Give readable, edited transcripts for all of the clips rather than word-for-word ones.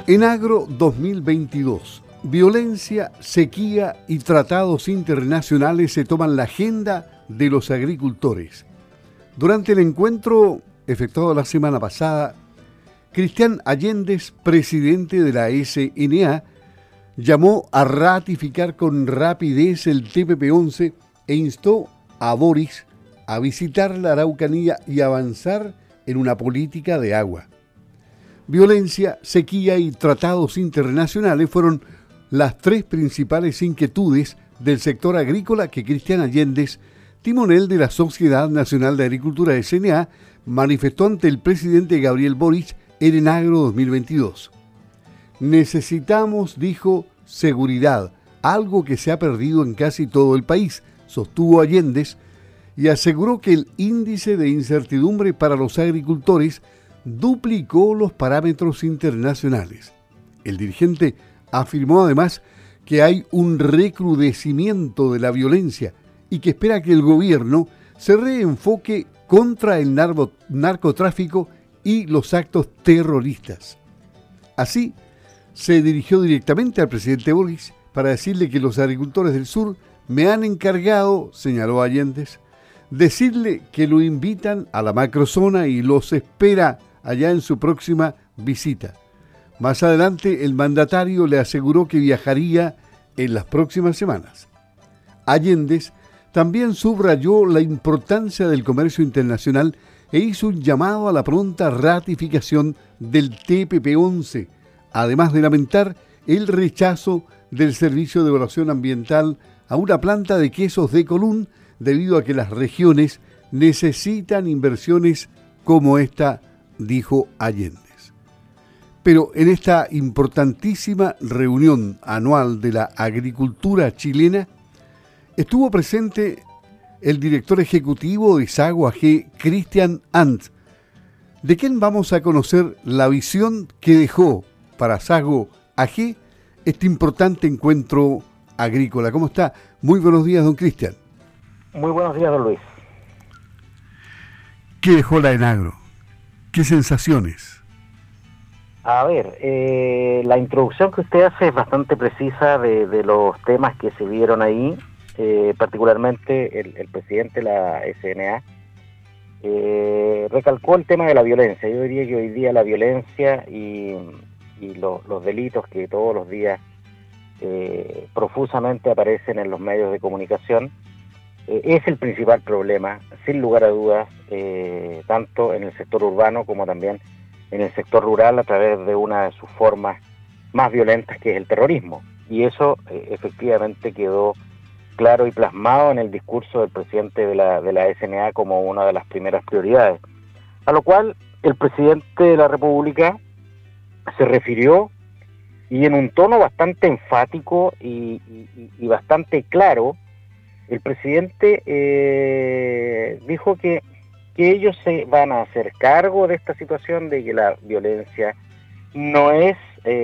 Enagro 2022. Violencia, sequía y tratados internacionales se toman la agenda de los agricultores. Durante el encuentro efectuado la semana pasada, Cristian Allendez, presidente de la SNA, llamó a ratificar con rapidez el TPP-11 e instó a Boric a visitar la Araucanía y avanzar en una política de agua. Violencia, sequía y tratados internacionales fueron las tres principales inquietudes del sector agrícola que Cristian Allendez, timonel de la Sociedad Nacional de Agricultura SNA, manifestó ante el presidente Gabriel Boric en Enagro 2022. Necesitamos, dijo, seguridad, algo que se ha perdido en casi todo el país, sostuvo Allendez, y aseguró que el índice de incertidumbre para los agricultores duplicó los parámetros internacionales. El dirigente afirmó además que hay un recrudecimiento de la violencia y que espera que el gobierno se reenfoque contra el narcotráfico y los actos terroristas. Así, se dirigió directamente al presidente Boric para decirle que los agricultores del sur me han encargado, señaló Allendez, decirle que lo invitan a la macrozona y los espera allá en su próxima visita. Más adelante, el mandatario le aseguró que viajaría en las próximas semanas. Allendez también subrayó la importancia del comercio internacional e hizo un llamado a la pronta ratificación del TPP-11, además de lamentar el rechazo del Servicio de Evaluación Ambiental a una planta de quesos de Colún debido a que las regiones necesitan inversiones como esta, dijo Allendez. Pero en esta importantísima reunión anual de la agricultura chilena estuvo presente el director ejecutivo de Sago AG, Christian Ant, de quien vamos a conocer la visión que dejó para Sago AG este importante encuentro agrícola. ¿Cómo está? Muy buenos días, don Cristian. Muy buenos días, don Luis. ¿Qué dejó la Enagro? ¿Qué sensaciones? A ver, la introducción que usted hace es bastante precisa de los temas que se vieron ahí, particularmente el presidente de la SNA recalcó el tema de la violencia. Yo diría que hoy día la violencia y los delitos que todos los días profusamente aparecen en los medios de comunicación es el principal problema, sin lugar a dudas, tanto en el sector urbano como también en el sector rural a través de una de sus formas más violentas, que es el terrorismo. Y eso efectivamente quedó claro y plasmado en el discurso del presidente de la SNA como una de las primeras prioridades. A lo cual el presidente de la República se refirió, y en un tono bastante enfático y bastante claro. El presidente dijo que ellos se van a hacer cargo de esta situación, de que la violencia no es,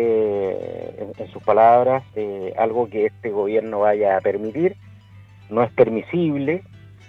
en sus palabras, algo que este gobierno vaya a permitir, no es permisible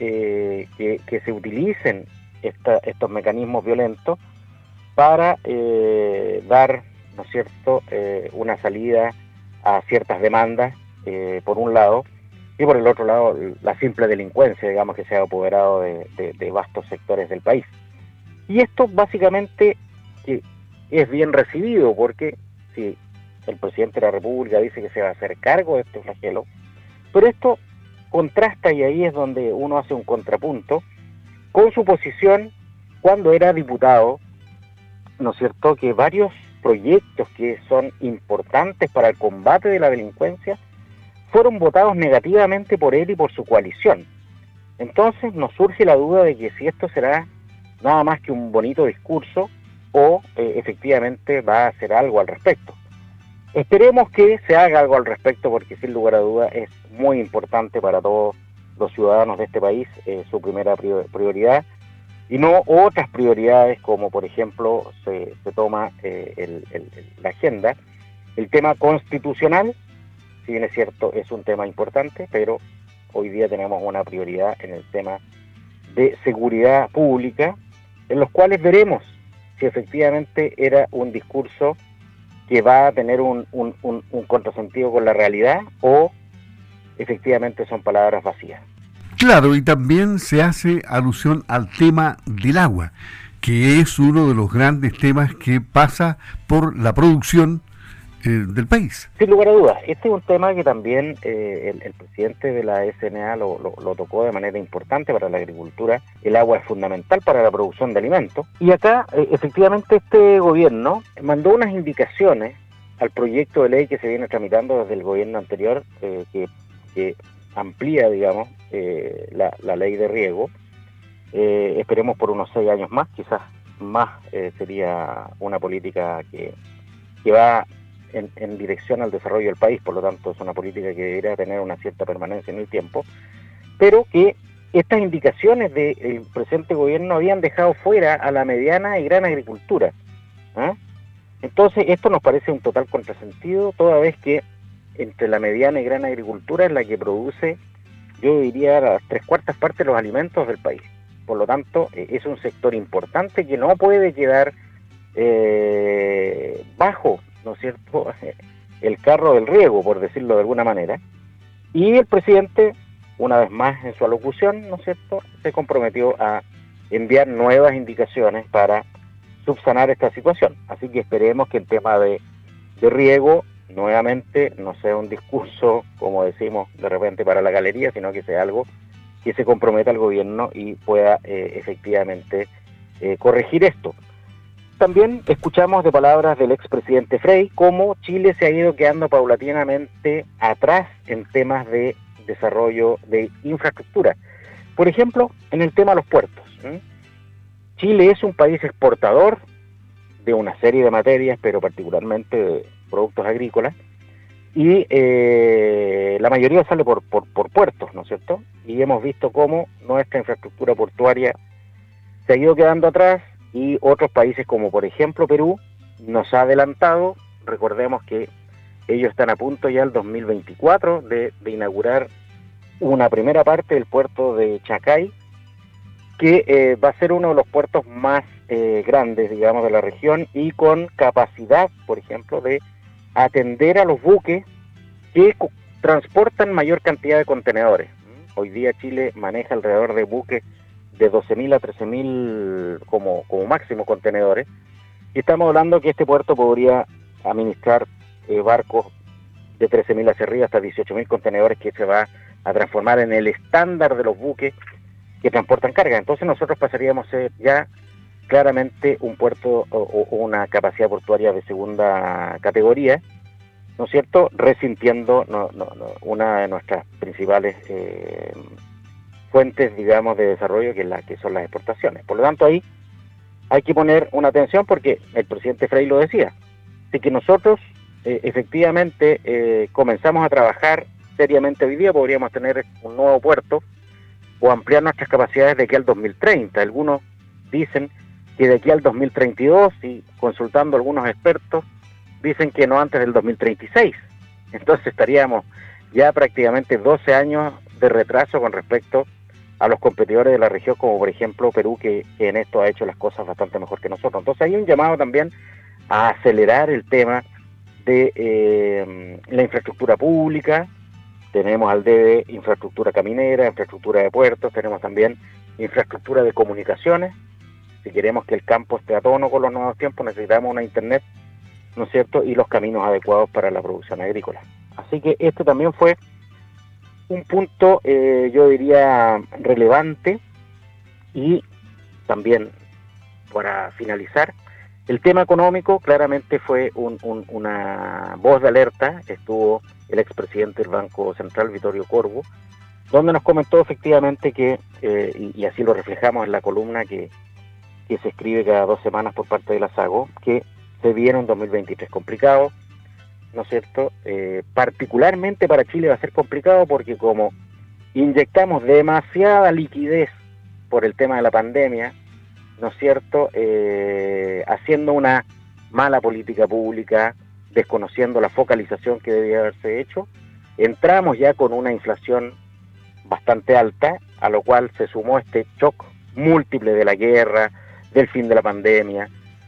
que se utilicen estos mecanismos violentos para dar, ¿no es cierto?, una salida a ciertas demandas, por un lado, y por el otro lado la simple delincuencia, digamos, que se ha apoderado de vastos sectores del país. Y esto básicamente es bien recibido, porque si el presidente de la República dice que se va a hacer cargo de este flagelo, pero esto contrasta, y ahí es donde uno hace un contrapunto, con su posición cuando era diputado, ¿no es cierto?, que varios proyectos que son importantes para el combate de la delincuencia fueron votados negativamente por él y por su coalición. Entonces nos surge la duda de que si esto será nada más que un bonito discurso o efectivamente va a hacer algo al respecto. Esperemos que se haga algo al respecto, porque sin lugar a duda es muy importante para todos los ciudadanos de este país, su primera prioridad, y no otras prioridades como por ejemplo se toma la agenda, el tema constitucional. Si bien es cierto, es un tema importante, pero hoy día tenemos una prioridad en el tema de seguridad pública, en los cuales veremos si efectivamente era un discurso que va a tener un contrasentido con la realidad, o efectivamente son palabras vacías. Claro, y también se hace alusión al tema del agua, que es uno de los grandes temas que pasa por la producción del país. Sin lugar a dudas, este es un tema que también el presidente de la SNA lo tocó de manera importante para la agricultura. El agua es fundamental para la producción de alimentos. Y acá, efectivamente, este gobierno mandó unas indicaciones al proyecto de ley que se viene tramitando desde el gobierno anterior, que amplía, digamos, la ley de riego. Esperemos por unos 6 años más, quizás más. Sería una política que va en dirección al desarrollo del país, por lo tanto es una política que debería tener una cierta permanencia en el tiempo, pero que estas indicaciones del presente gobierno habían dejado fuera a la mediana y gran agricultura. Entonces esto nos parece un total contrasentido, toda vez que entre la mediana y gran agricultura es la que produce, yo diría, las 3/4 partes de los alimentos del país. Por lo tanto, es un sector importante que no puede quedar bajo, ¿no es cierto?, el carro del riego, por decirlo de alguna manera. Y el presidente, una vez más en su alocución, ¿no es cierto?, se comprometió a enviar nuevas indicaciones para subsanar esta situación. Así que esperemos que el tema de riego nuevamente no sea un discurso, como decimos de repente, para la galería, sino que sea algo que se comprometa al gobierno y pueda efectivamente corregir esto. También escuchamos de palabras del expresidente Frei cómo Chile se ha ido quedando paulatinamente atrás en temas de desarrollo de infraestructura. Por ejemplo, en el tema de los puertos. Chile es un país exportador de una serie de materias, pero particularmente de productos agrícolas, y la mayoría sale por puertos, ¿no es cierto? Y hemos visto cómo nuestra infraestructura portuaria se ha ido quedando atrás, y otros países como por ejemplo Perú nos ha adelantado. Recordemos que ellos están a punto ya el 2024 de inaugurar una primera parte del puerto de Chacay, que va a ser uno de los puertos más grandes, digamos, de la región, y con capacidad, por ejemplo, de atender a los buques que transportan mayor cantidad de contenedores. Hoy día Chile maneja alrededor de buques de 12.000 a 13.000 como máximo contenedores, y estamos hablando que este puerto podría administrar barcos de 13.000 hacia arriba hasta 18.000 contenedores, que se va a transformar en el estándar de los buques que transportan carga. Entonces nosotros pasaríamos a ser ya claramente un puerto o una capacidad portuaria de segunda categoría, ¿no es cierto?, resintiendo una de nuestras principales fuentes, digamos, de desarrollo, que son las exportaciones. Por lo tanto, ahí hay que poner una atención, porque el presidente Frei lo decía, de que nosotros efectivamente comenzamos a trabajar seriamente hoy día, podríamos tener un nuevo puerto o ampliar nuestras capacidades de aquí al 2030. Algunos dicen que de aquí al 2032, y consultando a algunos expertos, dicen que no antes del 2036. Entonces estaríamos ya prácticamente 12 años de retraso con respecto a los competidores de la región, como por ejemplo Perú, que en esto ha hecho las cosas bastante mejor que nosotros. Entonces hay un llamado también a acelerar el tema de la infraestructura pública. Tenemos al debe infraestructura caminera, infraestructura de puertos, tenemos también infraestructura de comunicaciones. Si queremos que el campo esté a tono con los nuevos tiempos, necesitamos una internet, ¿no es cierto?, y los caminos adecuados para la producción agrícola. Así que este también fue un punto, yo diría, relevante. Y también, para finalizar, el tema económico claramente fue una voz de alerta. Estuvo el expresidente del Banco Central, Vittorio Corvo, donde nos comentó efectivamente que, y así lo reflejamos en la columna que se escribe cada 2 semanas por parte de la SAGO, que se viene un 2023 complicado, ¿no es cierto? Particularmente para Chile va a ser complicado, porque como inyectamos demasiada liquidez por el tema de la pandemia, ¿no es cierto?, haciendo una mala política pública, desconociendo la focalización que debía haberse hecho, entramos ya con una inflación bastante alta, a lo cual se sumó este shock múltiple de la guerra, del fin de la pandemia,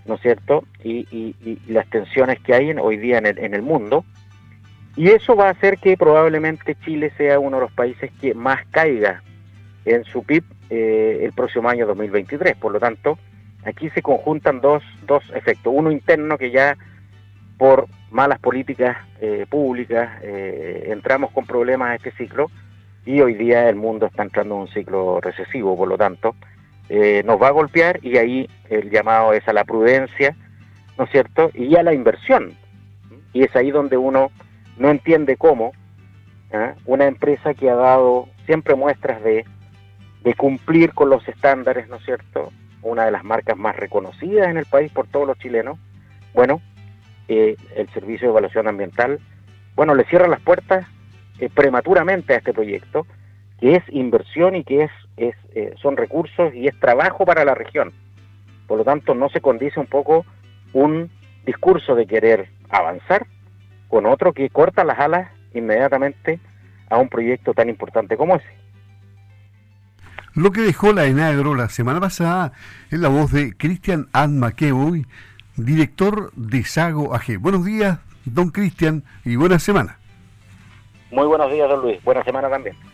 ¿no es cierto? Y las tensiones que hay hoy día en el mundo. Y eso va a hacer que probablemente Chile sea uno de los países que más caiga en su PIB el próximo año 2023. Por lo tanto, aquí se conjuntan dos efectos. Uno interno, que ya por malas políticas públicas entramos con problemas a este ciclo, y hoy día el mundo está entrando en un ciclo recesivo. Por lo tanto, nos va a golpear, y ahí el llamado es a la prudencia, ¿no es cierto? Y a la inversión. Y es ahí donde uno no entiende cómo una empresa que ha dado siempre muestras de cumplir con los estándares, ¿no es cierto?, una de las marcas más reconocidas en el país por todos los chilenos, bueno, el Servicio de Evaluación Ambiental, bueno, le cierra las puertas prematuramente a este proyecto, que es inversión y que son recursos y es trabajo para la región. Por lo tanto, no se condice un poco un discurso de querer avanzar con otro que corta las alas inmediatamente a un proyecto tan importante como ese. Lo que dejó la ENAGRO la semana pasada es la voz de Cristian Admakeboy, director de Sago AG. Buenos días, don Cristian, y buena semana. Muy buenos días, don Luis. Buena semana también.